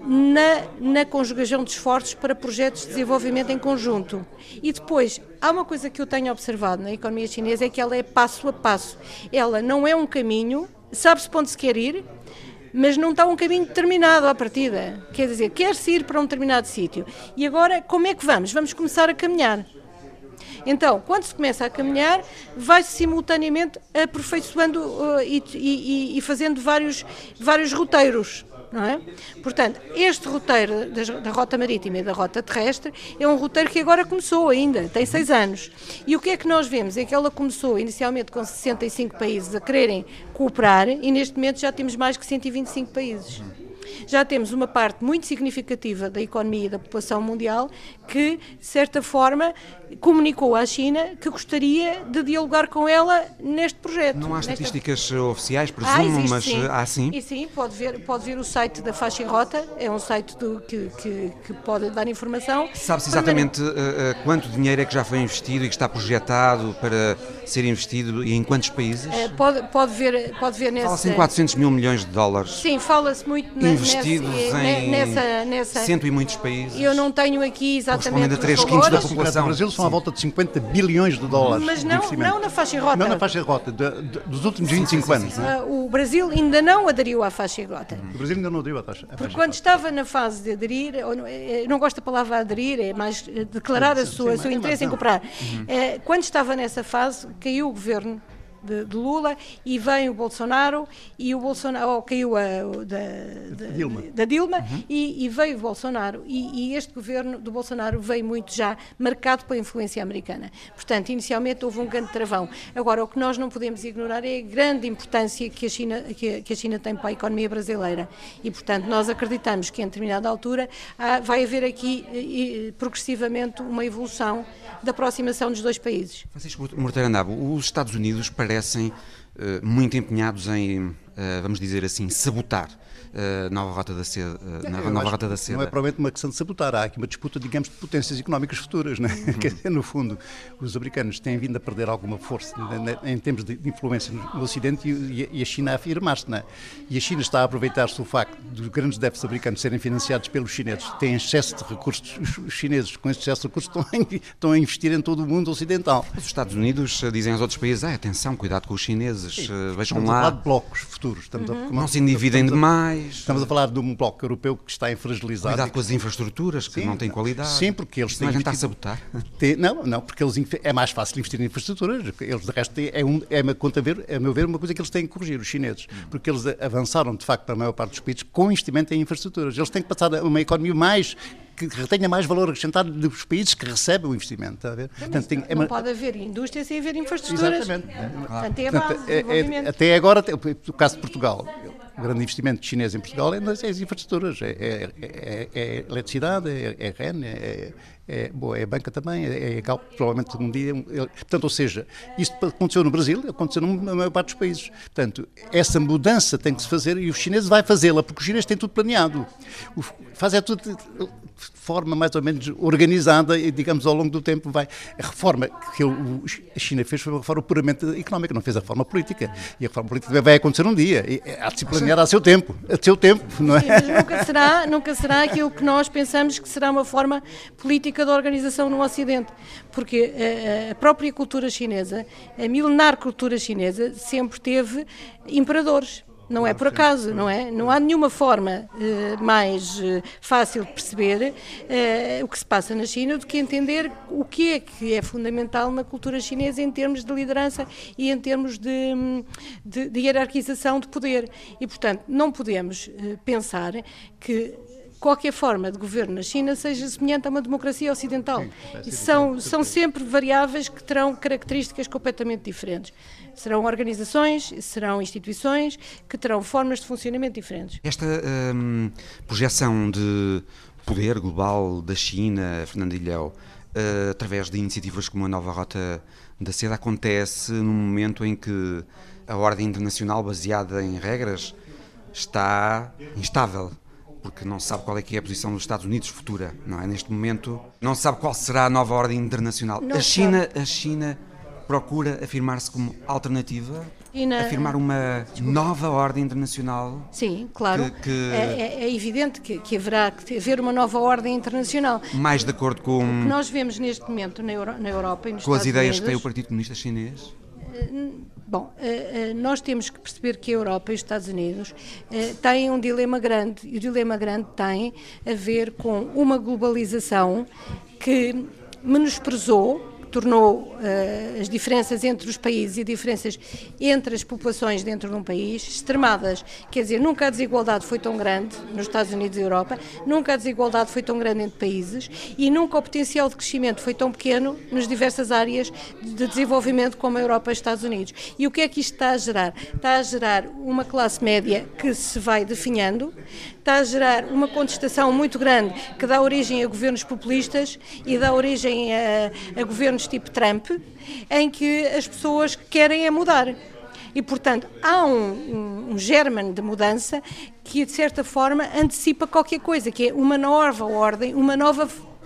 S9: na, na conjugação de esforços para projetos de desenvolvimento em conjunto. E depois, há uma coisa que eu tenho observado na economia chinesa, é que ela é passo a passo. Ela não é um caminho, sabe-se para onde se quer ir, mas não está um caminho determinado à partida. Quer dizer, quer-se ir para um determinado sítio. E agora, como é que vamos? Vamos começar a caminhar. Então, quando se começa a caminhar, vai-se simultaneamente aperfeiçoando uh, e, e, e fazendo vários, vários roteiros. Não é? Portanto, este roteiro da, da rota marítima e da rota terrestre é um roteiro que agora começou ainda, tem seis anos. E o que é que nós vemos? É que ela começou inicialmente com sessenta e cinco países a quererem cooperar e neste momento já temos mais que cento e vinte e cinco países. Já temos uma parte muito significativa da economia e da população mundial que, de certa forma, comunicou à China que gostaria de dialogar com ela neste projeto.
S1: Não há estatísticas nesta... oficiais, presumo, ah, mas sim. há sim.
S9: E sim, pode ver, pode ver o site da Faixa e Rota, é um site do, que, que, que pode dar informação.
S1: Sabe-se exatamente uh, uh, quanto dinheiro é que já foi investido e que está projetado para ser investido e em quantos países?
S9: Uh, pode, pode ver, pode ver nessa...
S1: Fala-se em quatrocentos mil milhões de dólares.
S9: Sim, fala-se muito na,
S1: investidos
S9: nessa,
S1: em
S9: nessa, nessa...
S1: cento e muitos países.
S9: Eu não tenho aqui exatamente
S1: a três
S9: os
S1: quintos
S9: valores.
S1: da população.
S10: No Brasil são à volta de cinquenta bilhões de dólares.
S9: Mas
S10: de
S9: não,
S10: investimento.
S9: não na faixa e rota.
S10: Não na faixa e rota, de, de, dos últimos vinte e cinco anos. Não é?
S9: Uh, o Brasil ainda não aderiu à faixa e rota.
S10: O Brasil ainda não aderiu à taxa.
S9: Porque quando estava na fase de aderir, ou não, eu não gosto da palavra aderir, é mais declarar a sua, o seu interesse em cooperar. Uhum. Quando estava nessa fase, caiu o governo de, de Lula e vem o Bolsonaro e o Bolsonaro, oh, caiu a, da, da Dilma, da Dilma uhum. e, e veio o Bolsonaro e, e este governo do Bolsonaro veio muito já marcado pela influência americana. Portanto, inicialmente houve um grande travão. Agora, o que nós não podemos ignorar é a grande importância que a China, que a, que a China tem para a economia brasileira e, portanto, nós acreditamos que em determinada altura há, vai haver aqui e, progressivamente uma evolução da aproximação dos dois países.
S1: Francisco Morteiro-Anabo, os Estados Unidos parecem uh, muito empenhados em, uh, vamos dizer assim, sabotar a nova rota da seda. Uh, nova, nova rota da seda.
S10: Não é provavelmente uma questão de sabotar, há aqui uma disputa, digamos, de potências económicas futuras, não é? Uhum. Quer dizer, no fundo, os americanos têm vindo a perder alguma força em termos de influência no Ocidente e a China a afirmar-se, não é? E a China está a aproveitar-se do facto dos grandes déficits americanos serem financiados pelos chineses, têm excesso de recursos, os chineses com esse excesso de recursos estão a, estão a investir em todo o mundo ocidental.
S1: Mas os Estados Unidos dizem aos outros países, ah, atenção, cuidado com os chineses, Sim. vejam
S10: estamos
S1: lá.
S10: A falar de blocos futuros. Estamos
S1: uhum.
S10: a,
S1: não se endividem demais.
S10: Estamos a falar de um bloco europeu que está fragilizado.
S1: Cuidado com as infraestruturas, que sim, não têm qualidade.
S10: Sim, porque eles têm...
S1: Não é tentar sabotar?
S10: Tem, não, não, porque eles, é mais fácil investir em infraestruturas. Eles, de resto, é, um, é uma conta ver, a meu ver, uma coisa que eles têm que corrigir, os chineses. Porque eles avançaram, de facto, para a maior parte dos países com investimento em infraestruturas. Eles têm que passar a uma economia mais... que retenha mais valor acrescentado dos países que recebem o investimento. Está a ver?
S9: Portanto, tem, é não uma... pode haver indústria sem haver infraestruturas.
S10: Exatamente.
S9: Portanto, é a base do desenvolvimento.
S10: É, é, até agora, o caso de Portugal, o grande investimento chinês em Portugal é nas infraestruturas. É, é, é, é eletricidade, é, é R E N, é, é, boa, é banca também, é, é provavelmente um dia. É, portanto, ou seja, isto aconteceu no Brasil, aconteceu na maior parte dos países. Portanto, essa mudança tem que se fazer e os chineses vão fazê-la, porque os chineses têm tudo planeado. O, fazem tudo de forma mais ou menos organizada e, digamos, ao longo do tempo vai. A reforma que a China fez foi uma reforma puramente económica, não fez a reforma política. E a reforma política vai acontecer um dia. E há de se planear a seu tempo, a seu tempo, não é?
S9: Sim, mas nunca será, nunca será aquilo que nós pensamos que será uma forma política de organização no Ocidente. Porque a, a própria cultura chinesa, a milenar cultura chinesa, sempre teve imperadores. Não é por acaso, não é? Não há nenhuma forma uh, mais uh, fácil de perceber uh, o que se passa na China do que entender o que é que é fundamental na cultura chinesa em termos de liderança e em termos de, de, de hierarquização de poder. E, portanto, não podemos uh, pensar que qualquer forma de governo na China seja semelhante a uma democracia ocidental. Sim, são, são sempre variáveis que terão características completamente diferentes. Serão organizações, serão instituições que terão formas de funcionamento diferentes.
S1: Esta hum, projeção de poder global da China, Fernando Ilhéu, uh, através de iniciativas como a Nova Rota da Seda, acontece num momento em que a ordem internacional baseada em regras está instável, porque não se sabe qual é que é a posição dos Estados Unidos futura, não é? Neste momento não se sabe qual será a nova ordem internacional. Não a China, a China procura afirmar-se como alternativa, na... afirmar uma Desculpa. nova ordem internacional.
S9: Sim, claro. Que, que... É, é evidente que, que haverá que haver uma nova ordem internacional.
S1: Mais de acordo com...
S9: O que nós vemos neste momento na, Euro, na Europa e nos
S1: com
S9: Estados
S1: as ideias
S9: Unidos,
S1: que tem o Partido Comunista Chinês?
S9: Bom, nós temos que perceber que a Europa e os Estados Unidos têm um dilema grande, e o dilema grande tem a ver com uma globalização que menosprezou, tornou uh, as diferenças entre os países e diferenças entre as populações dentro de um país extremadas. Quer dizer, nunca a desigualdade foi tão grande nos Estados Unidos e Europa, nunca a desigualdade foi tão grande entre países e nunca o potencial de crescimento foi tão pequeno nas diversas áreas de desenvolvimento como a Europa e os Estados Unidos. E o que é que isto está a gerar? Está a gerar uma classe média que se vai definhando, está a gerar uma contestação muito grande que dá origem a governos populistas e dá origem a, a governos tipo Trump, em que as pessoas querem é mudar. E, portanto, há um, um, um germen de mudança que, de certa forma, antecipa qualquer coisa, que é uma nova ordem, uma nova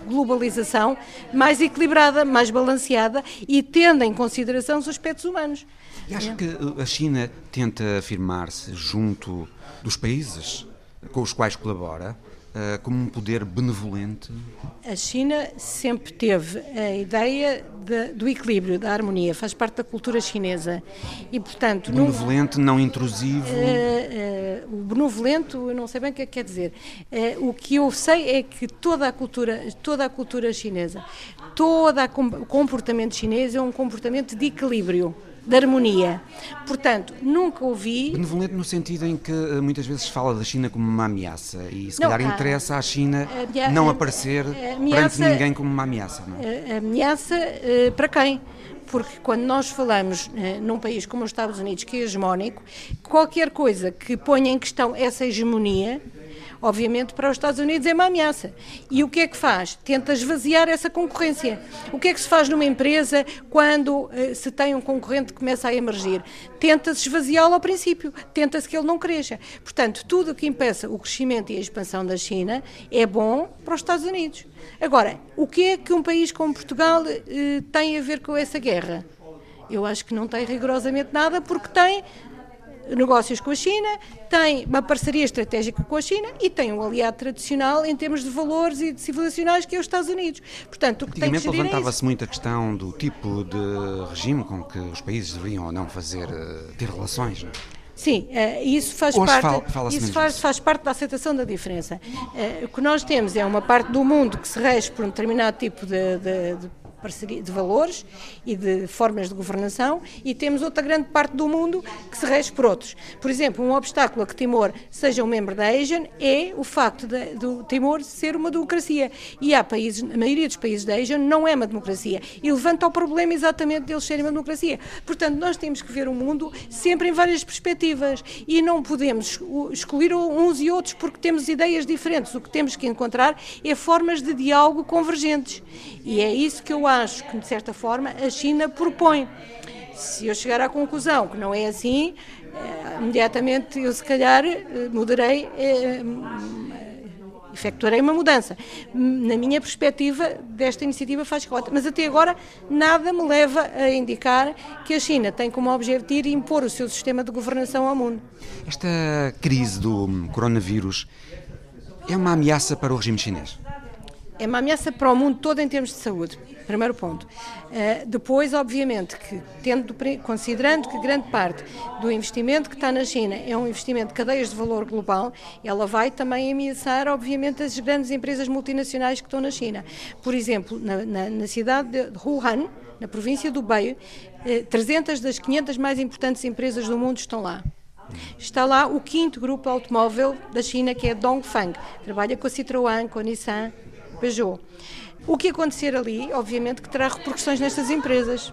S9: globalização mais equilibrada, mais balanceada e tendo em consideração os aspectos humanos.
S1: E acha que a China tenta afirmar-se junto dos países com os quais colabora como um poder benevolente?
S9: A China sempre teve a ideia de, do equilíbrio, da harmonia, faz parte da cultura chinesa. E, portanto,
S1: benevolente, não, não intrusivo?
S9: Uh, uh, o benevolente, eu não sei bem o que é que quer dizer. Uh, o que eu sei é que toda a cultura, toda a cultura chinesa, todo o comportamento chinês é um comportamento de equilíbrio, de harmonia. Portanto, nunca ouvi...
S1: Benevolente no sentido em que muitas vezes se fala da China como uma ameaça e se
S9: não,
S1: calhar
S9: a,
S1: interessa à China
S9: a, a,
S1: não aparecer
S9: ameaça,
S1: perante ninguém como uma ameaça. Não é?
S9: A, a ameaça uh, para quem? Porque quando nós falamos uh, num país como os Estados Unidos, que é hegemónico, qualquer coisa que ponha em questão essa hegemonia, obviamente para os Estados Unidos é uma ameaça. E o que é que faz? Tenta esvaziar essa concorrência. O que é que se faz numa empresa quando uh, se tem um concorrente que começa a emergir? Tenta-se esvaziá-lo ao princípio, tenta-se que ele não cresça. Portanto, tudo o que impeça o crescimento e a expansão da China é bom para os Estados Unidos. Agora, o que é que um país como Portugal uh, tem a ver com essa guerra? Eu acho que não tem rigorosamente nada, porque tem negócios com a China, tem uma parceria estratégica com a China e tem um aliado tradicional em termos de valores e de civilizacionais que é os Estados Unidos. Portanto, o que tem que gerir é isso.
S1: Levantava-se muito a questão do tipo de regime com que os países deveriam ou não fazer, ter relações, não é?
S9: Sim, isso, faz
S1: Hoje
S9: parte,
S1: fala,
S9: isso faz, faz parte da aceitação da diferença. O que nós temos é uma parte do mundo que se rege por um determinado tipo de, de, de de valores e de formas de governação, e temos outra grande parte do mundo que se rege por outros. Por exemplo, um obstáculo a que Timor seja um membro da ASEAN é o facto de, do Timor ser uma democracia. E há países, a maioria dos países da ASEAN não é uma democracia. E levanta o problema exatamente deles serem uma democracia. Portanto, nós temos que ver o mundo sempre em várias perspectivas e não podemos excluir uns e outros porque temos ideias diferentes. O que temos que encontrar é formas de diálogo convergentes. E é isso que eu acho que, de certa forma, a China propõe. Se eu chegar à conclusão que não é assim, eh, imediatamente eu, se calhar, eh, mudarei, eh, efetuarei uma mudança. Na minha perspectiva, desta iniciativa faz cota. Mas até agora, nada me leva a indicar que a China tem como objetivo impor o seu sistema de governação ao mundo.
S1: Esta crise do coronavírus é uma ameaça para o regime chinês?
S9: É uma ameaça para o mundo todo em termos de saúde, primeiro ponto. Uh, depois, obviamente, que tendo, considerando que grande parte do investimento que está na China é um investimento de cadeias de valor global, ela vai também ameaçar, obviamente, as grandes empresas multinacionais que estão na China. Por exemplo, na, na, na cidade de Wuhan, na província do Hubei, uh, trezentas das quinhentas mais importantes empresas do mundo estão lá. Está lá o quinto grupo automóvel da China, que é Dongfeng. Trabalha com a Citroën, com a Nissan, Peugeot. O que acontecer ali, obviamente, que terá repercussões nestas empresas.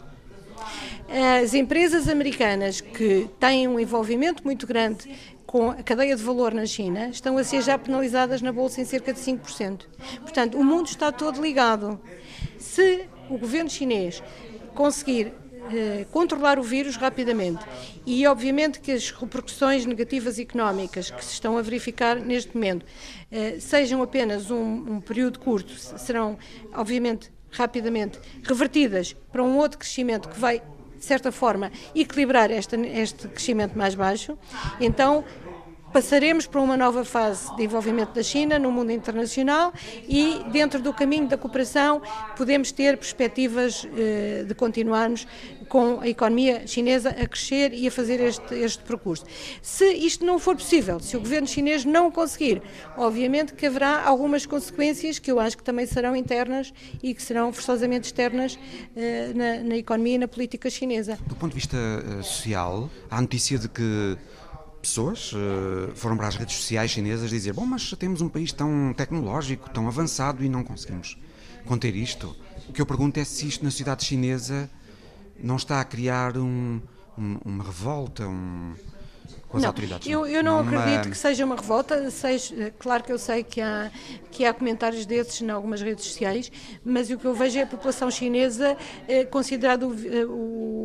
S9: As empresas americanas que têm um envolvimento muito grande com a cadeia de valor na China estão a ser já penalizadas na Bolsa em cerca de cinco por cento. Portanto, o mundo está todo ligado. Se o governo chinês conseguir eh, controlar o vírus rapidamente e, obviamente, que as repercussões negativas económicas que se estão a verificar neste momento eh, sejam apenas um, um período curto, serão, obviamente, rapidamente revertidas para um outro crescimento que vai, de certa forma, equilibrar esta, este crescimento mais baixo, então passaremos para uma nova fase de envolvimento da China no mundo internacional e, dentro do caminho da cooperação, podemos ter perspectivas eh, de continuarmos com a economia chinesa a crescer e a fazer este, este percurso. Se isto não for possível, se o governo chinês não conseguir, obviamente que haverá algumas consequências que eu acho que também serão internas e que serão forçosamente externas eh, na, na economia e na política chinesa.
S1: Do ponto de vista uh, social, há notícia de que pessoas uh, foram para as redes sociais chinesas dizer: bom, mas temos um país tão tecnológico, tão avançado e não conseguimos conter isto. O que eu pergunto é se isto na sociedade chinesa não está a criar um, um, uma revolta um, com as
S9: não,
S1: autoridades.
S9: Eu, eu não, não acredito
S1: uma...
S9: que seja uma revolta. Seja, claro que eu sei que há, que há comentários desses em algumas redes sociais, mas o que eu vejo é a população chinesa eh, considerando o, o,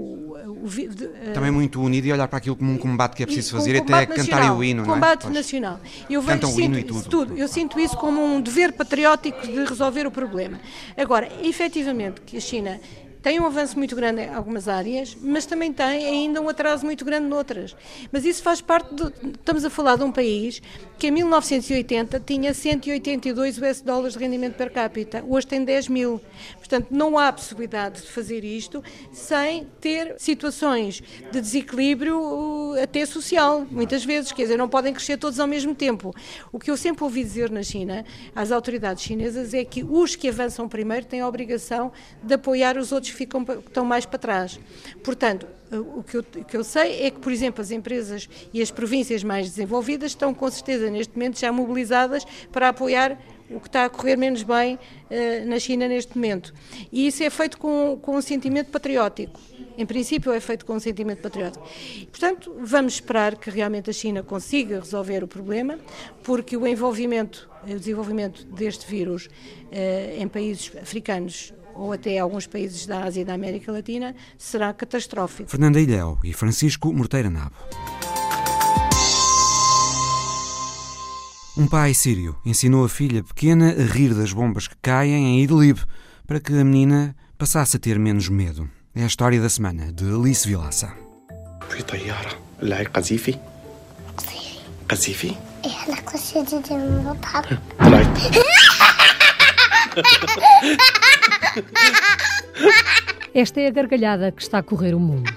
S9: o, de, uh,
S1: também muito unido e olhar para aquilo como um combate que é preciso fazer,
S9: um
S1: até cantarem o hino, não é?
S9: Combate nacional. Eu vejo,
S1: Cantam o hino e tudo.
S9: tudo. Eu sinto isso como um dever patriótico de resolver o problema. Agora, efetivamente, que a China tem um avanço muito grande em algumas áreas, mas também tem ainda um atraso muito grande noutras. Mas isso faz parte de... Estamos a falar de um país que em mil novecentos e oitenta tinha cento e oitenta e dois U S dólares de rendimento per capita. Hoje tem dez mil. Portanto, não há possibilidade de fazer isto sem ter situações de desequilíbrio até social, muitas vezes. Quer dizer, não podem crescer todos ao mesmo tempo. O que eu sempre ouvi dizer na China, às autoridades chinesas, é que os que avançam primeiro têm a obrigação de apoiar os outros que ficam, que estão mais para trás. Portanto, o que, eu, o que eu sei é que, por exemplo, as empresas e as províncias mais desenvolvidas estão, com certeza, neste momento, já mobilizadas para apoiar o que está a correr menos bem uh, na China neste momento. E isso é feito com, com um sentimento patriótico. Em princípio, é feito com um sentimento patriótico. Portanto, vamos esperar que realmente a China consiga resolver o problema, porque o envolvimento, o desenvolvimento deste vírus uh, em países africanos ou até alguns países da Ásia e da América Latina, será catastrófico.
S1: Fernanda Ilhéu e Francisco Morteira Nabo. Um pai sírio ensinou a filha pequena a rir das bombas que caem em Idlib para que a menina passasse a ter menos medo. É a história da semana, de Alice Vilaça.
S11: في طيارة اللي هي قذيفي قذيفي
S12: احنا قصيدة المضحك
S11: طلعت
S13: Esta é a gargalhada que está a correr o mundo.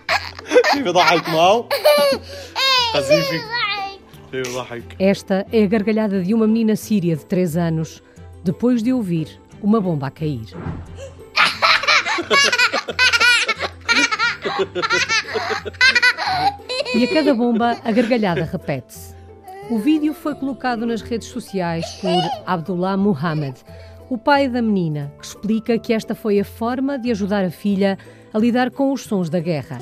S13: Esta é a gargalhada de uma menina síria de três anos, depois de ouvir uma bomba a cair. E a cada bomba, a gargalhada repete-se. O vídeo foi colocado nas redes sociais por Abdullah Muhammad, o pai da menina, que explica que esta foi a forma de ajudar a filha a lidar com os sons da guerra.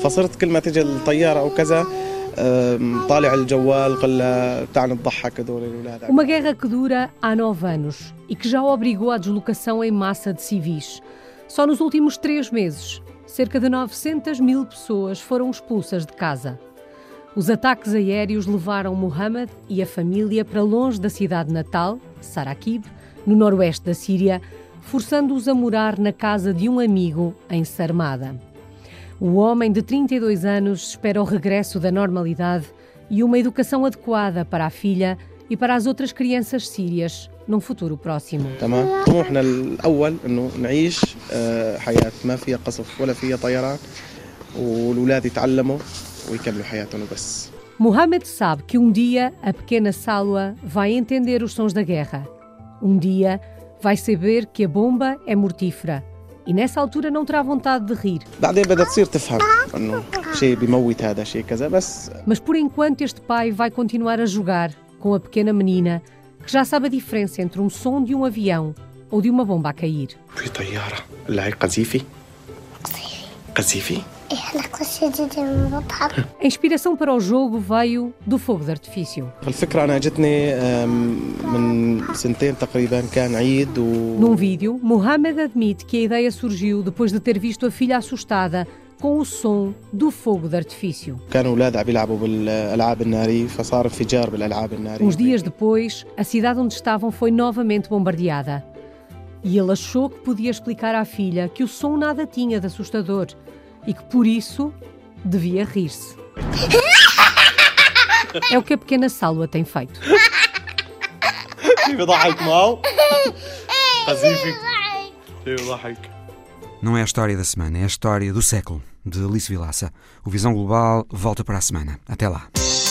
S13: Uma guerra que dura há nove anos e que já obrigou à deslocação em massa de civis. Só nos últimos três meses, cerca de novecentas mil pessoas foram expulsas de casa. Os ataques aéreos levaram Muhammad e a família para longe da cidade natal, Sarakib, no noroeste da Síria, forçando-os a morar na casa de um amigo em Sarmada. O homem de trinta e dois anos espera o regresso da normalidade e uma educação adequada para a filha e para as outras crianças sírias num futuro próximo.
S11: طموحنا الأول إنه نعيش حياة ما فيها قصف ولا فيها طيران والأولاد يتعلموا ويكملوا حياتهم بس.
S13: Muhammad sabe que um dia a pequena Salwa vai entender os sons da guerra. Um dia vai saber que a bomba é mortífera e nessa altura não terá vontade de rir. Mas por enquanto este pai vai continuar a jogar com a pequena menina que já sabe a diferença entre um som de um avião ou de uma bomba a cair. A inspiração para o jogo veio do fogo de artifício. Num vídeo, Muhammad admite que a ideia surgiu depois de ter visto a filha assustada com o som do fogo de artifício. Uns dias depois, a cidade onde estavam foi novamente bombardeada. E ele achou que podia explicar à filha que o som nada tinha de assustador e que, por isso, devia rir-se. É o que a pequena Salwa tem feito.
S1: Não é a história da semana, é a história do século, de Alice Vilaça. O Visão Global volta para a semana. Até lá.